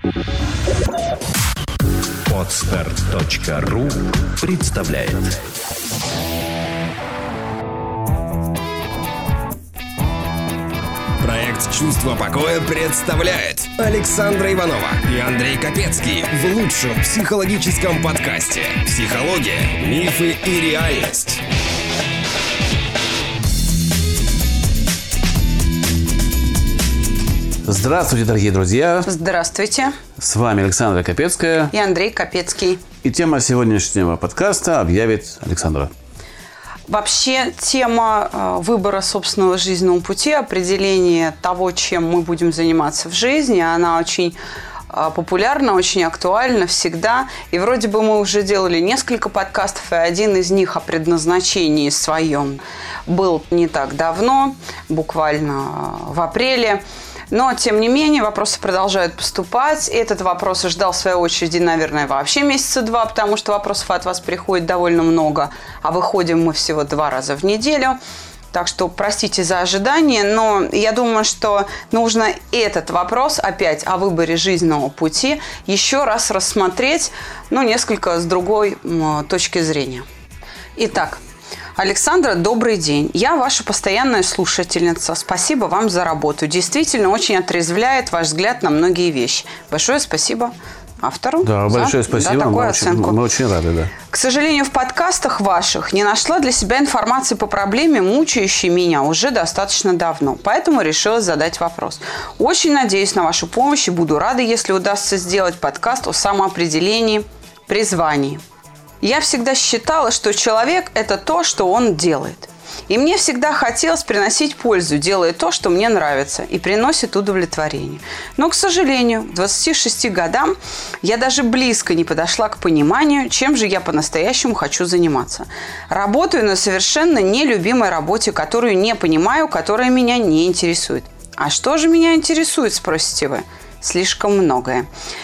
Podster.ru представляет. Проект «Чувство покоя» представляет Александра Иванова и Андрей Капецкий в лучшем психологическом подкасте «Психология, мифы и реальность». Здравствуйте, дорогие друзья! Здравствуйте! С вами Александра Капецкая и Андрей Капецкий. И тема сегодняшнего подкаста объявит Александра. Вообще, тема выбора собственного жизненного пути, определение того, чем мы будем заниматься в жизни, она очень популярна, очень актуальна всегда. И вроде бы мы уже делали несколько подкастов, и один из них о предназначении своем был не так давно, буквально в апреле. Но, тем не менее, вопросы продолжают поступать. Этот вопрос ждал в своей очереди, наверное, вообще месяца два, потому что вопросов от вас приходит довольно много, а выходим мы всего 2 раза в неделю. Так что простите за ожидание, но я думаю, что нужно этот вопрос опять о выборе жизненного пути еще раз рассмотреть, несколько с другой точки зрения. Итак, Александра, добрый день. Я ваша постоянная слушательница. Спасибо вам за работу. Действительно, очень отрезвляет ваш взгляд на многие вещи. Большое спасибо автору. Да, большое спасибо. Такую оценку. Мы очень рады, да. К сожалению, в подкастах ваших не нашла для себя информации по проблеме, мучающей меня уже достаточно давно. Поэтому решила задать вопрос. Очень надеюсь на вашу помощь и буду рада, если удастся сделать подкаст о самоопределении, призвании. Я всегда считала, что человек – это то, что он делает. И мне всегда хотелось приносить пользу, делая то, что мне нравится, и приносит удовлетворение. Но, к сожалению, к 26 годам я даже близко не подошла к пониманию, чем же я по-настоящему хочу заниматься. Работаю на совершенно нелюбимой работе, которую не понимаю, которая меня не интересует. А что же меня интересует, спросите вы? Слишком многое.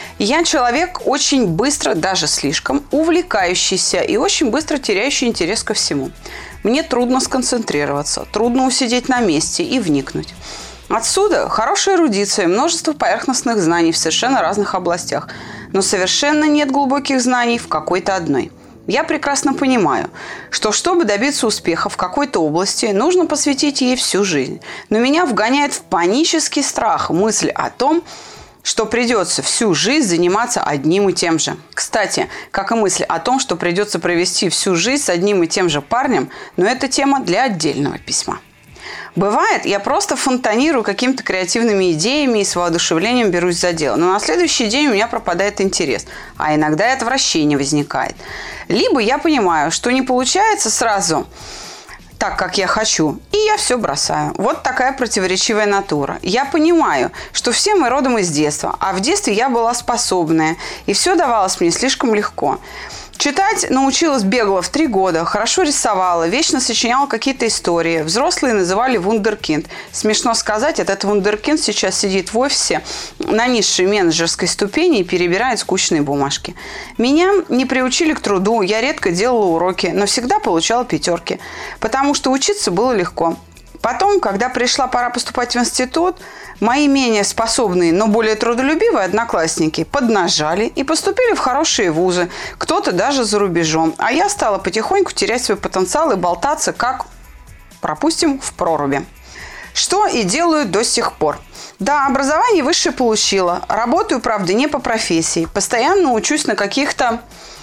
Я человек очень быстро, даже слишком, увлекающийся и очень быстро теряющий интерес ко всему. Мне трудно сконцентрироваться, трудно усидеть на месте и вникнуть. Отсюда хорошая эрудиция, множество поверхностных знаний в совершенно разных областях, но совершенно нет глубоких знаний в какой-то одной. Я прекрасно понимаю, что чтобы добиться успеха в какой-то области, нужно посвятить ей всю жизнь. Но меня вгоняет в панический страх мысль о том, что придется всю жизнь заниматься одним и тем же. Кстати, как и мысль о том, что придется провести всю жизнь с одним и тем же парнем, но это тема для отдельного письма. Бывает, я просто фонтанирую какими-то креативными идеями и с воодушевлением берусь за дело. Но на следующий день у меня пропадает интерес, а иногда и отвращение возникает. Либо я понимаю, что не получается сразу так, как я хочу, и я все бросаю. Вот такая противоречивая натура. Я понимаю, что все мы родом из детства, а в детстве я была способная, и все давалось мне слишком легко. Читать научилась бегло в 3 года, хорошо рисовала, вечно сочиняла какие-то истории. Взрослые называли вундеркинд. Смешно сказать, этот вундеркинд сейчас сидит в офисе на низшей менеджерской ступени и перебирает скучные бумажки. Меня не приучили к труду, я редко делала уроки, но всегда получала 5, потому что учиться было легко. Потом, когда пришла пора поступать в институт, мои менее способные, но более трудолюбивые одноклассники поднажали и поступили в хорошие вузы, кто-то даже за рубежом. А я стала потихоньку терять свой потенциал и болтаться, как, пропустим, в проруби. Что и делаю до сих пор. Да, образование высшее получила. Работаю, правда, не по профессии. Постоянно учусь на каких-то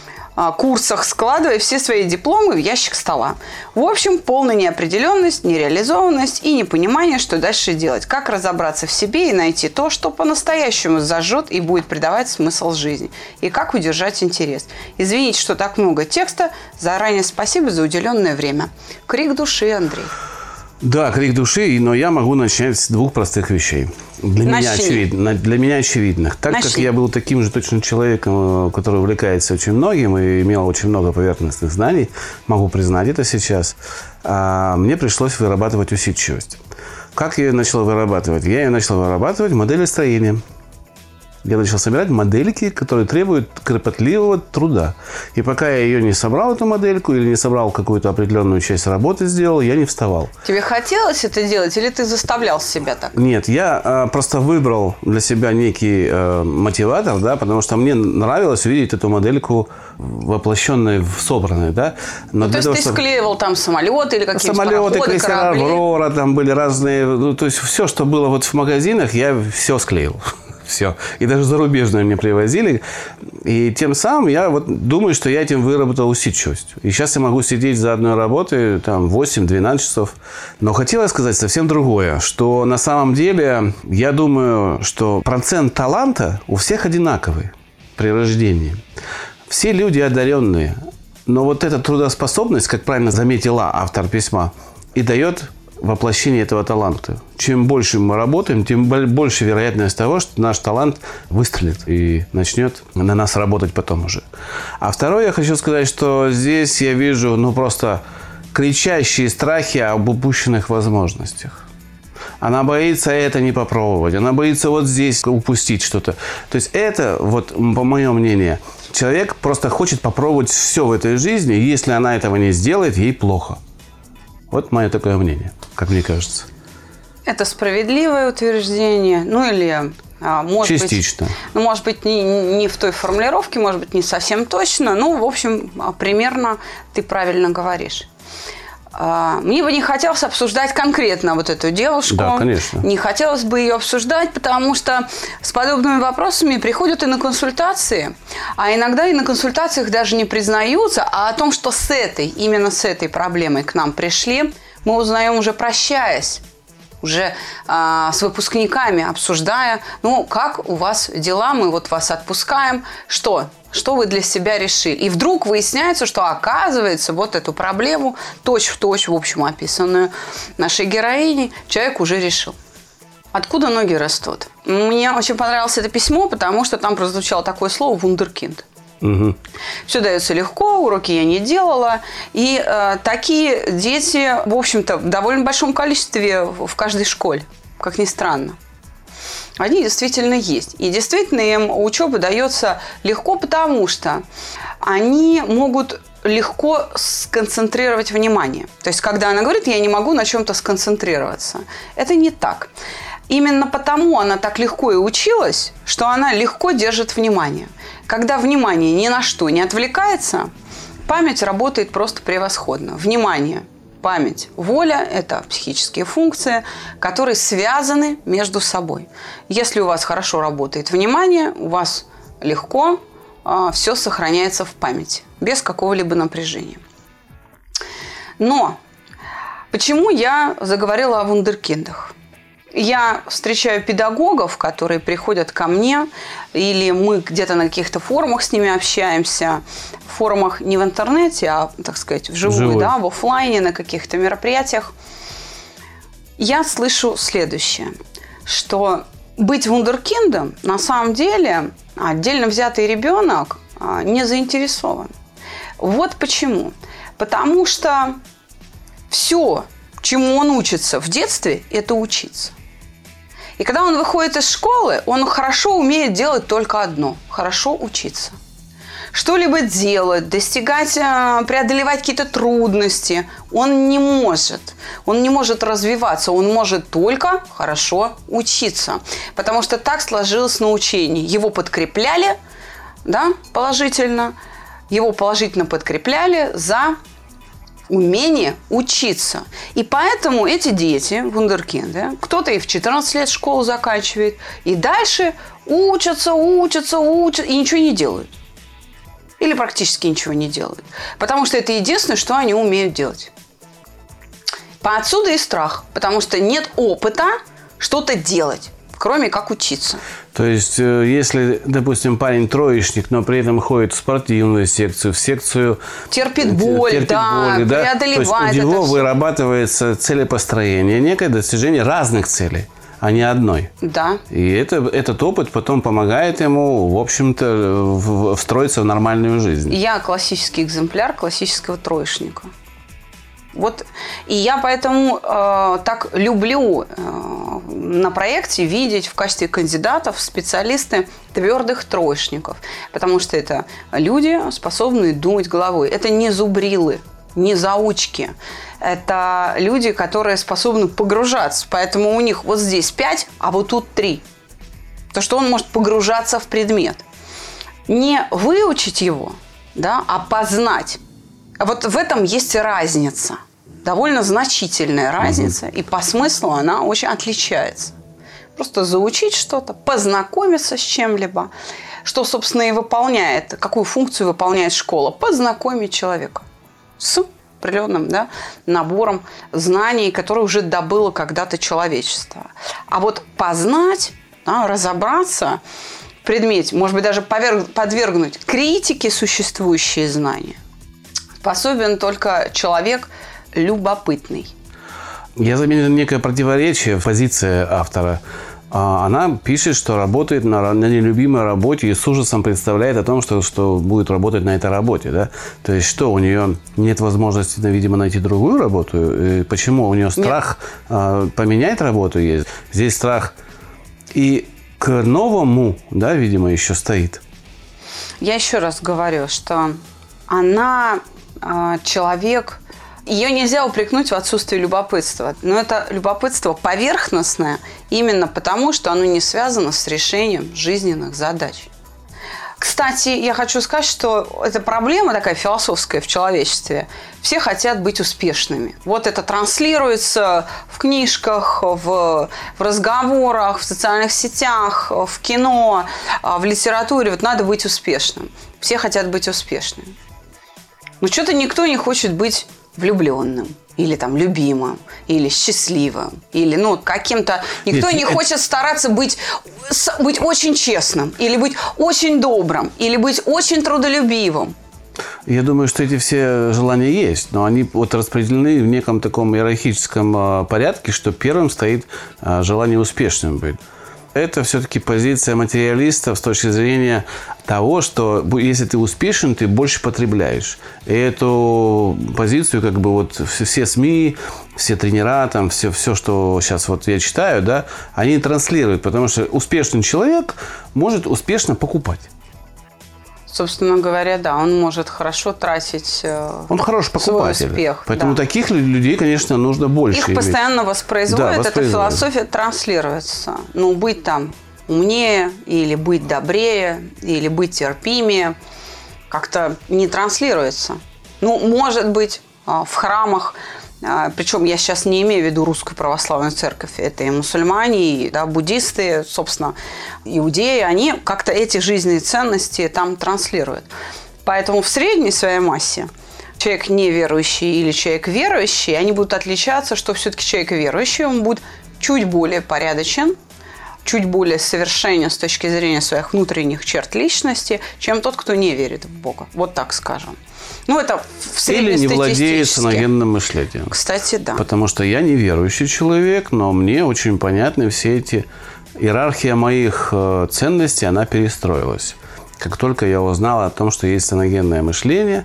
курсах, складывая все свои дипломы в ящик стола. В общем, полная неопределенность, нереализованность и непонимание, что дальше делать. Как разобраться в себе и найти то, что по-настоящему зажжет и будет придавать смысл жизни. И как удержать интерес. Извините, что так много текста. Заранее спасибо за уделенное время. Крик души, Андрей. Да, крик души, но я могу начать с 2 простых вещей. Для меня очевидных. Так как я был таким же точно человеком, который увлекается очень многим и имел очень много поверхностных знаний, могу признать это сейчас, мне пришлось вырабатывать усидчивость. Как я ее начал вырабатывать? Я ее начал вырабатывать в модели строения. Я начал собирать модельки, которые требуют кропотливого труда. И пока я ее не собрал, эту модельку, или не собрал какую-то определенную часть работы сделал, я не вставал. Тебе хотелось это делать, или ты заставлял себя так? Нет, я просто выбрал для себя некий мотиватор, да, потому что мне нравилось увидеть эту модельку воплощенной, собранной, да. Но то есть ты склеивал там самолеты или какие-то самолеты, пароходы, крейсера корабли? «Аврора», там были разные, ну, то есть все, что было вот в магазинах, я все склеил. Все. И даже зарубежные мне привозили. И тем самым я вот думаю, что я этим выработал усидчивость. И сейчас я могу сидеть за одной работой там 8-12 часов. Но хотела сказать совсем другое, что на самом деле я думаю, что процент таланта у всех одинаковый при рождении. Все люди одаренные. Но вот эта трудоспособность, как правильно заметила автор письма, и дает воплощение этого таланта. Чем больше мы работаем, тем больше вероятность того, что наш талант выстрелит и начнет на нас работать потом уже. А второе, я хочу сказать, что здесь я вижу просто кричащие страхи об упущенных возможностях. Она боится это не попробовать. Она боится вот здесь упустить что-то. То есть это, вот по моему мнению, человек просто хочет попробовать все в этой жизни. И если она этого не сделает, ей плохо. Вот мое такое мнение, как мне кажется. Это справедливое утверждение, или может частично. Быть, может быть, не в той формулировке, может быть, не совсем точно, в общем, примерно ты правильно говоришь. Мне бы не хотелось обсуждать конкретно вот эту девушку. Да, конечно. Не хотелось бы ее обсуждать, потому что с подобными вопросами приходят и на консультации. А иногда и на консультациях даже не признаются. А о том, что именно с этой проблемой к нам пришли, мы узнаем уже прощаясь. Уже с выпускниками обсуждая, как у вас дела, мы вот вас отпускаем, что вы для себя решили. И вдруг выясняется, что оказывается вот эту проблему, точь-в-точь, в общем, описанную нашей героиней, человек уже решил. Откуда ноги растут? Мне очень понравилось это письмо, потому что там прозвучало такое слово «вундеркинд». Угу. Все дается легко, уроки я не делала. И такие дети, в общем-то, в довольно большом количестве в каждой школе, как ни странно. Они действительно есть. И действительно им учеба дается легко, потому что они могут легко сконцентрировать внимание. То есть, когда она говорит, я не могу на чем-то сконцентрироваться, это не так. Именно потому она так легко и училась, что она легко держит внимание. Когда внимание ни на что не отвлекается, память работает просто превосходно. Внимание, память, воля – это психические функции, которые связаны между собой. Если у вас хорошо работает внимание, у вас легко все сохраняется в памяти, без какого-либо напряжения. Но почему я заговорила о вундеркиндах? Я встречаю педагогов, которые приходят ко мне, или мы где-то на каких-то форумах с ними общаемся. В форумах не в интернете, а, так сказать, вживую, да, в офлайне, на каких-то мероприятиях. Я слышу следующее, что быть вундеркиндом на самом деле отдельно взятый ребенок не заинтересован. Вот почему. Потому что все, чему он учится в детстве, это учиться. И когда он выходит из школы, он хорошо умеет делать только одно – хорошо учиться. Что-либо делать, достигать, преодолевать какие-то трудности он не может. Он не может развиваться, он может только хорошо учиться. Потому что так сложилось на учении. Его подкрепляли, да, положительно, его положительно подкрепляли за умение учиться. И поэтому эти дети, вундеркинды, кто-то и в 14 лет школу заканчивает, и дальше учатся, и ничего не делают. Или практически ничего не делают. Потому что это единственное, что они умеют делать. Отсюда и страх. Потому что нет опыта что-то делать, кроме как учиться. То есть, если, допустим, парень троечник, но при этом ходит в спортивную секцию, в секцию... Терпит боль, преодолевает. То есть, у него вырабатывается целепостроение, некое достижение разных целей, а не одной. Да. И этот опыт потом помогает ему, в общем-то, встроиться в нормальную жизнь. Я классический экземпляр классического троечника. Вот. И я поэтому так люблю на проекте видеть в качестве кандидатов специалисты твердых троечников, потому что это люди, способные думать головой. Это не зубрилы, не заучки. Это люди, которые способны погружаться. Поэтому у них вот здесь 5, а вот тут 3. То, что он может погружаться в предмет. Не выучить его, да, а познать. А вот в этом есть разница. Довольно значительная разница. И по смыслу она очень отличается. Просто заучить что-то, познакомиться с чем-либо, что, собственно, и выполняет, какую функцию выполняет школа. Познакомить человека с определенным, да, набором знаний, которые уже добыло когда-то человечество. А вот познать, да, разобраться в предмете, может быть, даже подвергнуть критике существующие знания, способен только человек любопытный. Я заметил некое противоречие в позиции автора. Она пишет, что работает на нелюбимой работе и с ужасом представляет о том, что будет работать на этой работе. Да? То есть, что у нее нет возможности, видимо, найти другую работу? И почему? У нее страх поменять работу есть. Здесь страх и к новому, да, видимо, еще стоит. Я еще раз говорю, что она человек... Ее нельзя упрекнуть в отсутствии любопытства. Но это любопытство поверхностное именно потому, что оно не связано с решением жизненных задач. Кстати, я хочу сказать, что эта проблема такая философская в человечестве. Все хотят быть успешными. Вот это транслируется в книжках, в разговорах, в социальных сетях, в кино, в литературе. Вот надо быть успешным. Все хотят быть успешными. Но что-то никто не хочет быть влюбленным, или там любимым, или счастливым, или каким-то... Никто не хочет стараться быть очень честным, или быть очень добрым, или быть очень трудолюбивым. Я думаю, что эти все желания есть, но они вот распределены в неком таком иерархическом порядке, что первым стоит желание успешным быть. Это все-таки позиция материалистов с точки зрения того, что если ты успешен, ты больше потребляешь. И эту позицию все СМИ, все тренера, там, все, что сейчас я читаю, да, они транслируют, потому что успешный человек может успешно покупать. Собственно говоря, да, он может хорошо тратить он хороший покупатель. свой успех. Поэтому таких людей, конечно, нужно больше. Их иметь. Постоянно воспроизводят, эта философия транслируется. Быть там умнее, или быть добрее, или быть терпимее, как-то не транслируется. Может быть, в храмах, причем я сейчас не имею в виду русскую православную церковь, это и мусульмане, и буддисты, собственно, иудеи, они как-то эти жизненные ценности там транслируют. Поэтому в средней своей массе человек неверующий или человек верующий, они будут отличаться, что все-таки человек верующий, он будет чуть более порядочен, чуть более совершенен с точки зрения своих внутренних черт личности, чем тот, кто не верит в Бога. Вот так скажем. Это в среднестатистически. Или не владеет саногенным мышлением. Кстати, да. Потому что я не верующий человек, но мне очень понятны все эти... Иерархия моих ценностей, она перестроилась. Как только я узнал о том, что есть саногенное мышление,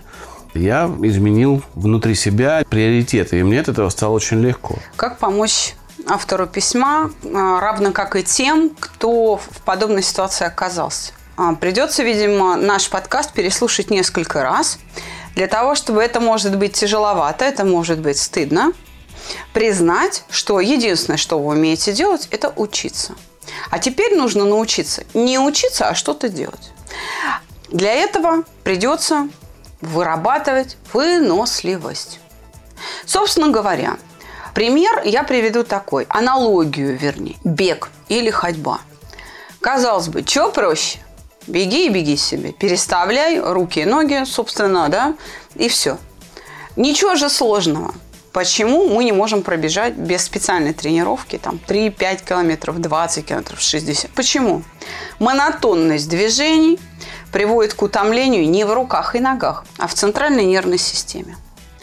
я изменил внутри себя приоритеты. И мне от этого стало очень легко. Как помочь автору письма, равно как и тем, кто в подобной ситуации оказался? Придется, видимо, наш подкаст переслушать несколько раз, для того, чтобы это может быть тяжеловато, это может быть стыдно, признать, что единственное, что вы умеете делать, это учиться. А теперь нужно научиться не учиться, а что-то делать. Для этого придется вырабатывать выносливость. Собственно говоря, пример я приведу такой, аналогию, вернее, бег или ходьба. Казалось бы, что проще? Беги и беги себе, переставляй руки и ноги, собственно, да, и все. Ничего же сложного. Почему мы не можем пробежать без специальной тренировки, 3-5 километров, 20 километров, 60? Почему? Монотонность движений приводит к утомлению не в руках и ногах, а в центральной нервной системе.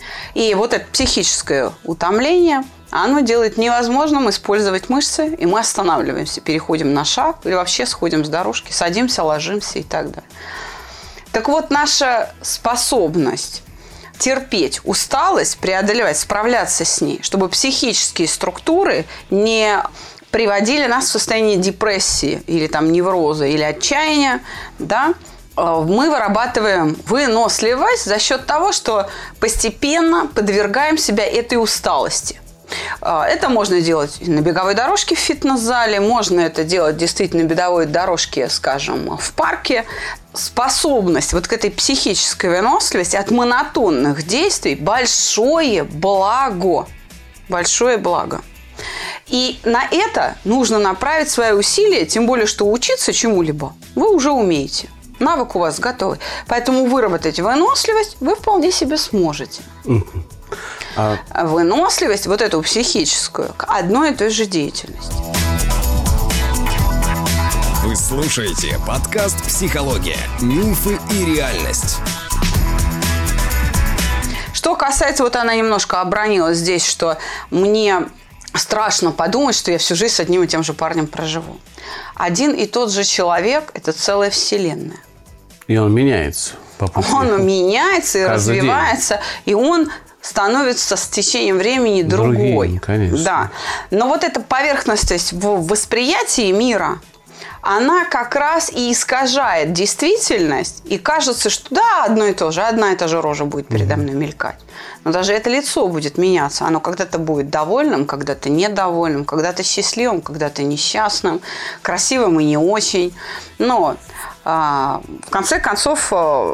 И вот это психическое утомление, оно делает невозможным использовать мышцы, и мы останавливаемся, переходим на шаг или вообще сходим с дорожки, садимся, ложимся и так далее. Так вот, наша способность терпеть усталость, преодолевать, справляться с ней, чтобы психические структуры не приводили нас в состояние депрессии или там невроза или отчаяния, да, мы вырабатываем выносливость за счет того, что постепенно подвергаем себя этой усталости. Это можно делать на беговой дорожке в фитнес-зале, можно это делать действительно на беговой дорожке, скажем, в парке. Способность вот к этой психической выносливости от монотонных действий – большое благо. Большое благо. И на это нужно направить свои усилия, тем более, что учиться чему-либо вы уже умеете. Навык у вас готовый. Поэтому выработать выносливость вы вполне себе сможете. Выносливость, вот эту психическую, к одной и той же деятельности. Вы слушаете подкаст «Психология. Мифы и реальность». Что касается, вот она немножко обронила здесь, что мне страшно подумать, что я всю жизнь с одним и тем же парнем проживу. Один и тот же человек – это целая вселенная. И он меняется по пути. Он меняется и каждый развивается, день. И он становится с течением времени другой. Конечно. Да. Но вот эта поверхностность в восприятии мира, она как раз и искажает действительность. И кажется, что да, одно и то же, одна и та же рожа будет передо мной мелькать. Но даже это лицо будет меняться. Оно когда-то будет довольным, когда-то недовольным, когда-то счастливым, когда-то несчастным, красивым и не очень. Но в конце концов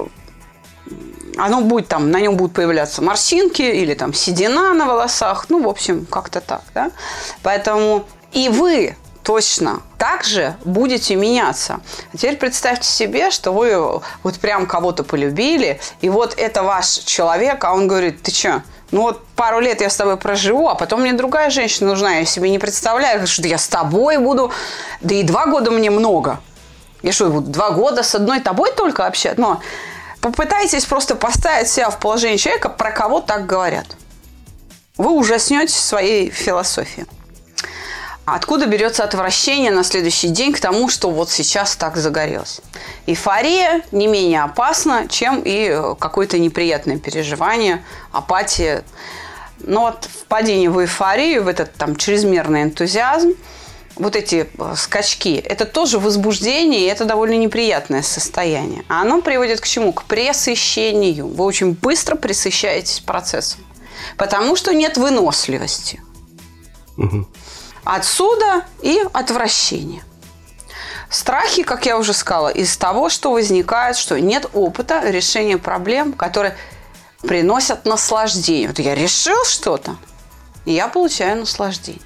оно будет там, на нем будут появляться морщинки или там седина на волосах. Ну, в общем, как-то так, да? Поэтому и вы точно так же будете меняться. А теперь представьте себе, что вы вот прям кого-то полюбили, и вот это ваш человек, а он говорит: ты что? Ну вот пару лет я с тобой проживу, а потом мне другая женщина нужна, я себе не представляю, что я с тобой буду, да и 2 года мне много. Я что, буду 2 года с одной тобой только общаться? Но попытайтесь просто поставить себя в положение человека, про кого так говорят. Вы ужаснетесь своей философией. Откуда берется отвращение на следующий день к тому, что вот сейчас так загорелось? Эйфория не менее опасна, чем и какое-то неприятное переживание, апатия. Но вот впадение в эйфорию, в этот там чрезмерный энтузиазм, вот эти скачки, это тоже возбуждение, и это довольно неприятное состояние. А оно приводит к чему? К пресыщению. Вы очень быстро пресыщаетесь процессом, потому что нет выносливости. Отсюда и отвращение. Страхи, как я уже сказала, из того, что возникает, что нет опыта решения проблем, которые приносят наслаждение. Вот я решил что-то, и я получаю наслаждение.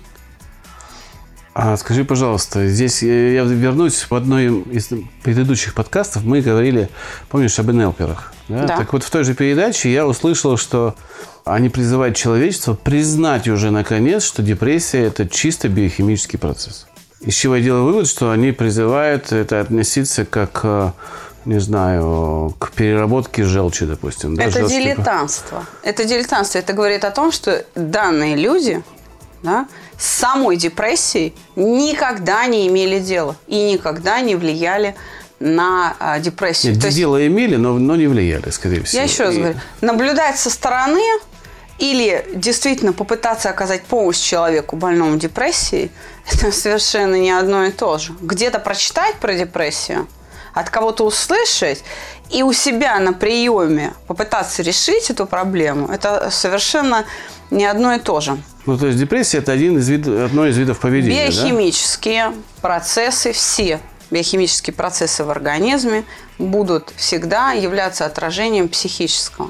А скажи, пожалуйста, здесь я вернусь в одной из предыдущих подкастов. Мы говорили, помнишь, об НЛПерах. Да? Да. Так вот, в той же передаче я услышал, что они призывают человечество признать уже наконец, что депрессия – это чисто биохимический процесс. Из чего я делаю вывод, что они призывают это относиться как, не знаю, к переработке желчи, допустим. Да, это дилетантство. Это дилетантство. Это говорит о том, что данные люди, да, с самой депрессией никогда не имели дела и никогда не влияли на депрессию. Нет, дело имели, но не влияли, скорее всего. Я еще раз говорю, наблюдать со стороны или действительно попытаться оказать помощь человеку, больному депрессией, это совершенно не одно и то же. Где-то прочитать про депрессию, от кого-то услышать и у себя на приеме попытаться решить эту проблему, это совершенно не одно и то же. Ну, то есть депрессия – это одно из видов поведения, биохимические процессы, все биохимические процессы в организме будут всегда являться отражением психического.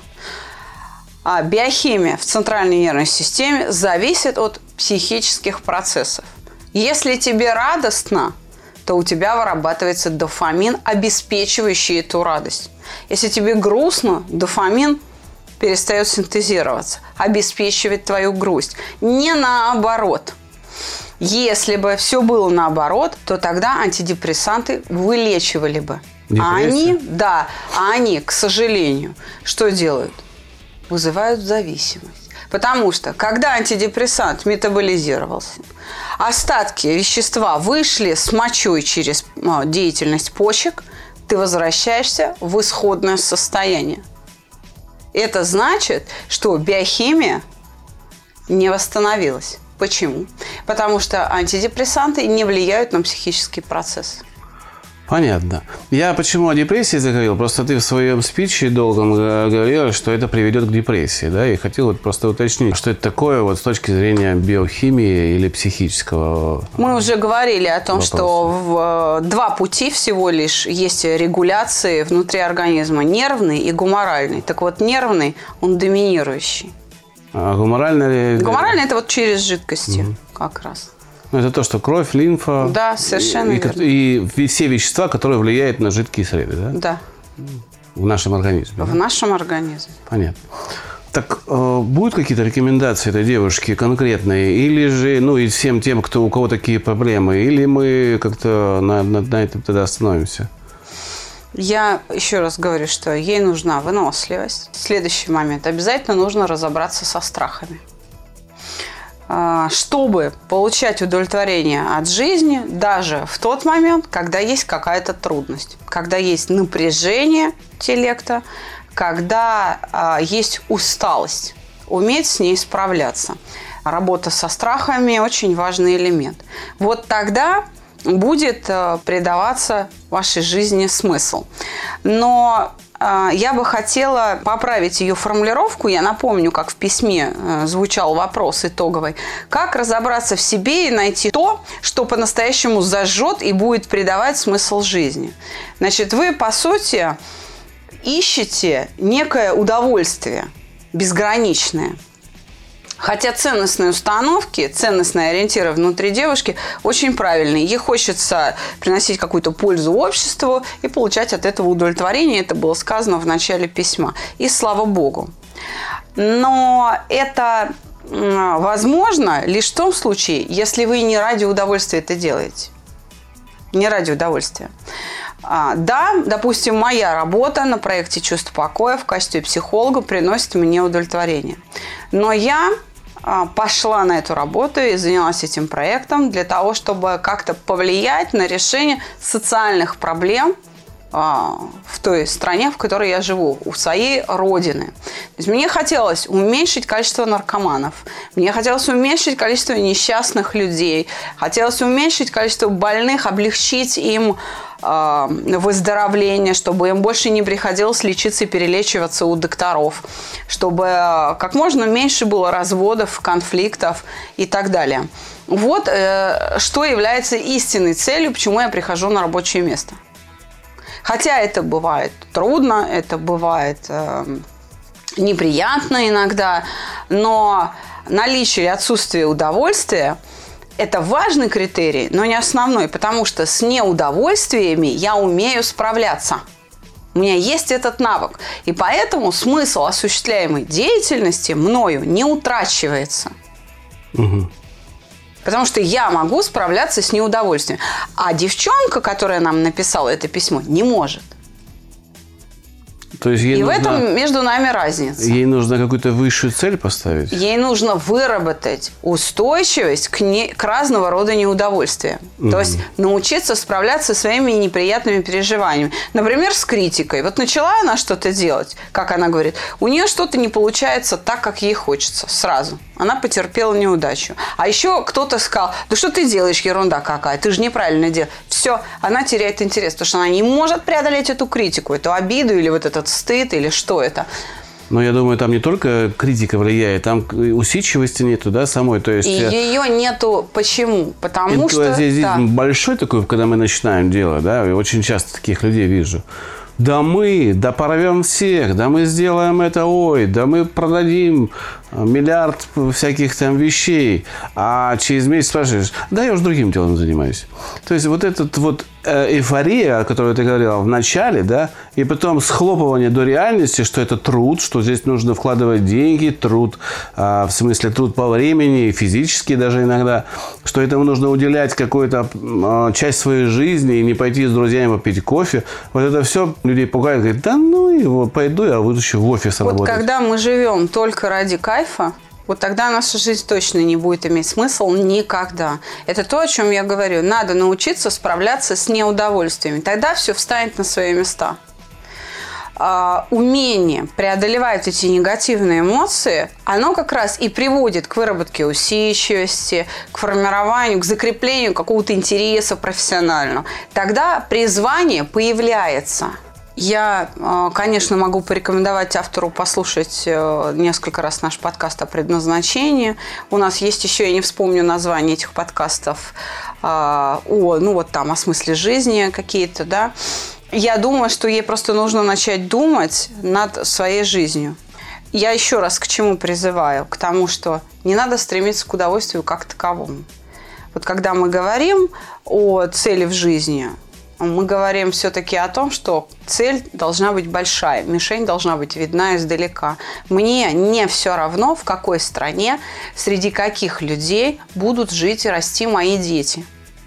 А биохимия в центральной нервной системе зависит от психических процессов. Если тебе радостно, то у тебя вырабатывается дофамин, обеспечивающий эту радость. Если тебе грустно, дофамин перестает синтезироваться, обеспечивать твою грусть. Не наоборот. Если бы все было наоборот, то тогда антидепрессанты вылечивали бы. А они, к сожалению, что делают? Вызывают зависимость. Потому что, когда антидепрессант метаболизировался, остатки вещества вышли с мочой через деятельность почек, ты возвращаешься в исходное состояние. Это значит, что биохимия не восстановилась. Почему? Потому что антидепрессанты не влияют на психический процесс. Понятно. Я почему о депрессии заговорил? Просто ты в своем спиче долгом говорила, что это приведет к депрессии, да? И хотел вот просто уточнить, что это такое вот с точки зрения биохимии или психического. Мы уже говорили о том, вопроса. что два пути всего лишь есть регуляции внутри организма: нервный и гуморальный. Так вот, нервный, он доминирующий. А гуморальный? Гуморальный – это вот через жидкости как раз. Ну, это то, что кровь, лимфа. Да, совершенно верно. И все вещества, которые влияют на жидкие среды, да? Да. В нашем организме. В нашем организме. Понятно. Так будут какие-то рекомендации этой девушке конкретные? Или же, ну, и всем тем, у кого такие проблемы? Или мы как-то на этом тогда остановимся? Я еще раз говорю, что ей нужна выносливость. Следующий момент. Обязательно нужно разобраться со страхами. Чтобы получать удовлетворение от жизни даже в тот момент, когда есть какая-то трудность, когда есть напряжение интеллекта, когда есть усталость, уметь с ней справляться. Работа со страхами – очень важный элемент. Вот тогда будет придаваться вашей жизни смысл. Но я бы хотела поправить ее формулировку. Я напомню, как в письме звучал вопрос итоговый. Как разобраться в себе и найти то, что по-настоящему зажжет и будет придавать смысл жизни? Значит, вы, по сути, ищете некое удовольствие безграничное. Хотя ценностные установки, ценностные ориентиры внутри девушки очень правильные. Ей хочется приносить какую-то пользу обществу и получать от этого удовлетворение. Это было сказано в начале письма. И слава богу. Но это возможно лишь в том случае, если вы не ради удовольствия это делаете. Не ради удовольствия. Да, допустим, моя работа на проекте «Чувство покоя» в качестве психолога приносит мне удовлетворение. Но я пошла на эту работу и занялась этим проектом для того, чтобы как-то повлиять на решение социальных проблем в той стране, в которой я живу, у своей родины. То есть мне хотелось уменьшить количество наркоманов, мне хотелось уменьшить количество несчастных людей, хотелось уменьшить количество больных, облегчить им выздоровление, чтобы им больше не приходилось лечиться и перелечиваться у докторов, чтобы как можно меньше было разводов, конфликтов и так далее. Вот что является истинной целью, почему я прихожу на рабочее место. Хотя это бывает трудно, это бывает неприятно иногда, но наличие и отсутствие удовольствия – это важный критерий, но не основной, потому что с неудовольствиями я умею справляться. У меня есть этот навык. И поэтому смысл осуществляемой деятельности мною не утрачивается. Угу. Потому что я могу справляться с неудовольствием. А девчонка, которая нам написала это письмо, не может. То есть ей и нужно, в этом между нами разница. Ей нужно какую-то высшую цель поставить? Ей нужно выработать устойчивость к разного рода неудовольствиям. То есть научиться справляться со своими неприятными переживаниями. Например, с критикой. Вот начала она что-то делать, как она говорит, у нее что-то не получается так, как ей хочется. Сразу. Она потерпела неудачу. А еще кто-то сказал, да что ты делаешь, ерунда какая, ты же неправильно делаешь. Все, она теряет интерес, потому что она не может преодолеть эту критику, эту обиду или вот этот стыд, или что это. Но я думаю, там не только критика влияет, там усидчивости нету, да, самой. То есть, и ее нету. Почему? Потому что... Энтузиазм большой такой, когда мы начинаем дело, да, и очень часто таких людей вижу. Да порвем всех, да мы сделаем это, да мы продадим миллиард всяких там вещей, а через месяц спрашиваешь, да я уже другим делом занимаюсь. То есть вот этот вот эйфория, о которой ты говорила в начале, да, и потом схлопывание до реальности, что это труд, что здесь нужно вкладывать деньги, труд, в смысле труд по времени, физически даже иногда, что этому нужно уделять какую-то часть своей жизни и не пойти с друзьями попить кофе. Вот это все людей пугает, говорит, да ну его, пойду я буду еще в офис работать. Вот когда мы живем только ради кайфа, вот тогда наша жизнь точно не будет иметь смысл никогда. Это то, о чем я говорю. Надо научиться справляться с неудовольствиями. Тогда все встанет на свои места. умение преодолевать эти негативные эмоции, оно как раз и приводит к выработке усидчивости, к формированию, к закреплению какого-то интереса профессионального. Тогда призвание появляется. Я, конечно, могу порекомендовать автору послушать несколько раз наш подкаст о предназначении. У нас есть еще, я не вспомню название этих подкастов, о смысле жизни какие-то, да. Я думаю, что ей просто нужно начать думать над своей жизнью. Я еще раз к чему призываю? К тому, что не надо стремиться к удовольствию как таковому. Вот когда мы говорим о цели в жизни, мы говорим все-таки о том, что цель должна быть большая, мишень должна быть видна издалека. Мне не все равно, в какой стране, среди каких людей будут жить и расти мои дети.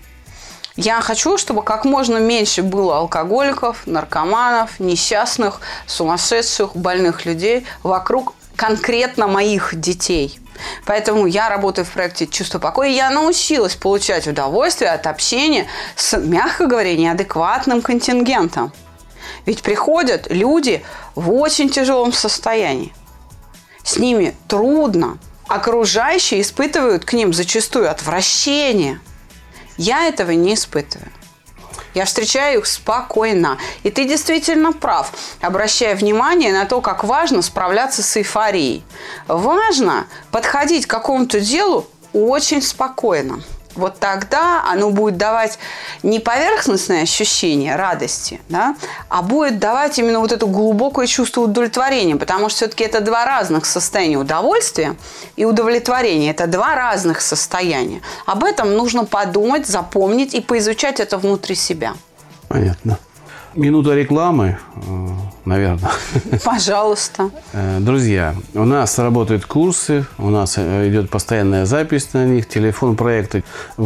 Я хочу, чтобы как можно меньше было алкоголиков, наркоманов, несчастных, сумасшедших, больных людей вокруг конкретно моих детей. Поэтому я работаю в проекте «Чувство покоя». Я научилась получать удовольствие от общения с, мягко говоря, неадекватным контингентом. Ведь приходят люди в очень тяжелом состоянии. С ними трудно. Окружающие испытывают к ним зачастую отвращение. Я этого не испытываю. Я встречаю их спокойно. И ты действительно прав, обращая внимание на то, как важно справляться с эйфорией. Важно подходить к какому-то делу очень спокойно. Вот тогда оно будет давать не поверхностное ощущение радости, да, а будет давать именно вот это глубокое чувство удовлетворения. Потому что все-таки это два разных состояния. Удовольствия и удовлетворения – это два разных состояния. Об этом нужно подумать, запомнить и поизучать это внутри себя. Понятно. Минута рекламы, наверное. Пожалуйста. Друзья, у нас работают курсы, у нас идет постоянная запись на них. Телефон проекта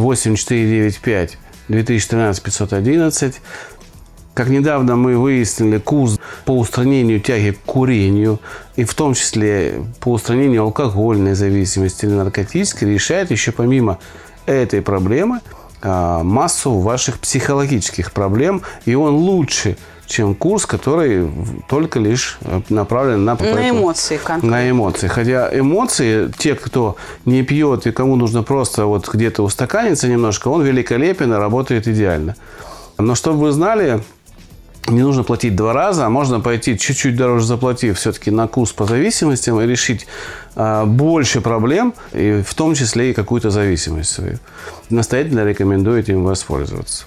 8495 2013 511. Как недавно мы выяснили курс по устранению тяги к курению, и в том числе по устранению алкогольной зависимости или наркотической, решает еще помимо этой проблемы массу ваших психологических проблем, и он лучше, чем курс, который только лишь направлен на эмоции конкретно. На эмоции. Хотя эмоции, те, кто не пьет и кому нужно просто вот где-то устаканиться немножко, он великолепен и работает идеально. Но чтобы вы знали, не нужно платить 2 раза, а можно пойти чуть-чуть дороже заплатив все-таки на курс по зависимостям и решить больше проблем, и в том числе и какую-то зависимость свою. Настоятельно рекомендую им воспользоваться.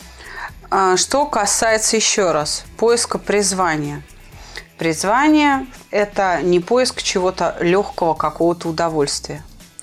Что касается еще раз поиска призвания. Призвание – это не поиск чего-то легкого, какого-то удовольствия.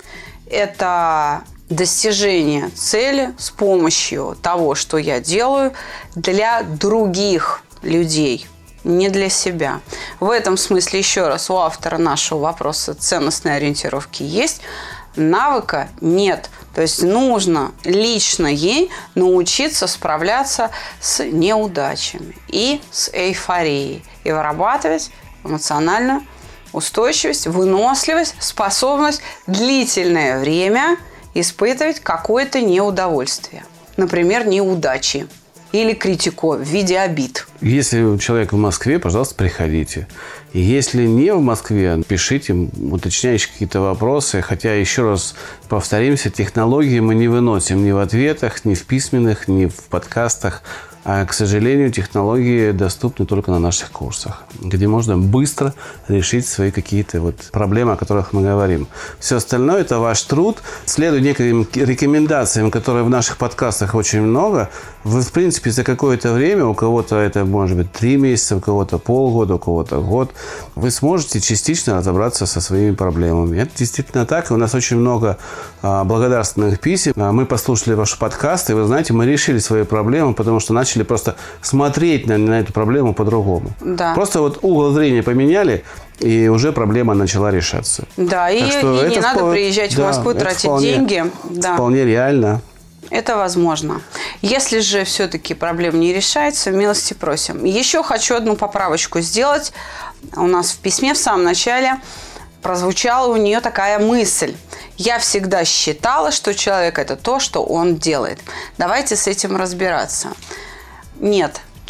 Это достижение цели с помощью того, что я делаю для других людей, не для себя. В этом смысле, еще раз, у автора нашего вопроса ценностной ориентировки есть, навыка нет. То есть нужно лично ей научиться справляться с неудачами и с эйфорией и вырабатывать эмоциональную устойчивость, выносливость, способность длительное время испытывать какое-то неудовольствие. Например, неудачи или критику в виде обид. Если человек в Москве, пожалуйста, приходите. И если не в Москве, пишите уточняющие какие-то вопросы. Хотя, еще раз повторимся, технологии мы не выносим ни в ответах, ни в письменных, ни в подкастах. А, к сожалению, технологии доступны только на наших курсах, где можно быстро решить свои какие-то вот проблемы, о которых мы говорим. Все остальное – это ваш труд. Следуя неким рекомендациям, которые в наших подкастах очень много, вы, в принципе, за какое-то время, у кого-то это может быть 3 месяца, у кого-то полгода, у кого-то год, вы сможете частично разобраться со своими проблемами. Это действительно так. И у нас очень много благодарственных писем. Мы послушали ваши подкасты, и вы знаете, мы решили свои проблемы, потому что начали просто смотреть на эту проблему по-другому. Да. Просто вот угол зрения поменяли, и уже проблема начала решаться. Да, и не надо приезжать в Москву, тратить деньги. Да. Вполне реально. Это возможно. Если же все-таки проблема не решается, милости просим. Еще хочу одну поправочку сделать. У нас в письме в самом начале прозвучала у нее такая мысль. Я всегда считала, что человек – это то, что он делает. Давайте с этим разбираться. Нет,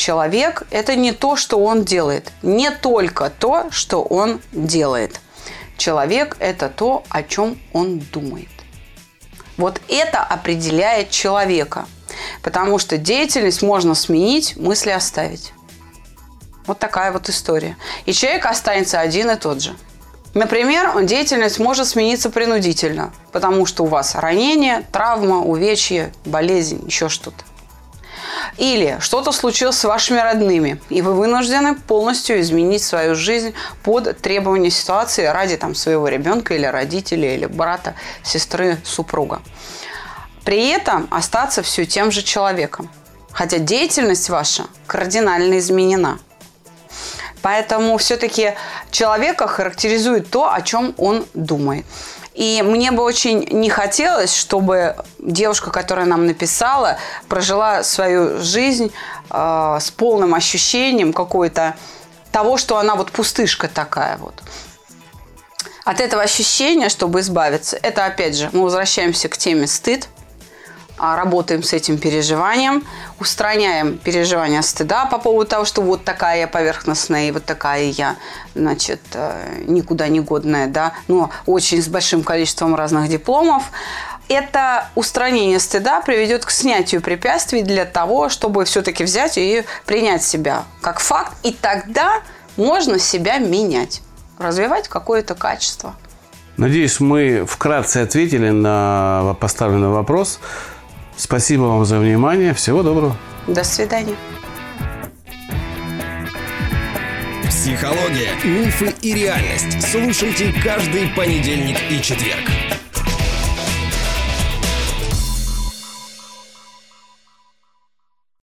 человек – это не то, что он делает. Не только то, что он делает. Человек – это то, о чем он думает. Вот это определяет человека. Потому что деятельность можно сменить, мысли оставить. Вот такая вот история. И человек останется один и тот же. Например, деятельность может смениться принудительно, потому что у вас ранение, травма, увечье, болезнь, еще что-то. Или что-то случилось с вашими родными, и вы вынуждены полностью изменить свою жизнь под требования ситуации ради своего ребенка или родителей, или брата, сестры, супруга. При этом остаться все тем же человеком, хотя деятельность ваша кардинально изменена. Поэтому все-таки человека характеризует то, о чем он думает. И мне бы очень не хотелось, чтобы девушка, которая нам написала, прожила свою жизнь с полным ощущением какой-то того, что она вот пустышка такая вот. От этого ощущения, чтобы избавиться, это опять же, мы возвращаемся к теме стыд, работаем с этим переживанием, устраняем переживание стыда по поводу того, что вот такая я поверхностная и вот такая я, никуда не годная, да, но очень с большим количеством разных дипломов. Это устранение стыда приведет к снятию препятствий для того, чтобы все-таки взять и принять себя как факт, и тогда можно себя менять, развивать какое-то качество. Надеюсь, мы вкратце ответили на поставленный вопрос. Спасибо вам за внимание. Всего доброго. До свидания. Психология, мифы и реальность. Слушайте каждый понедельник и четверг.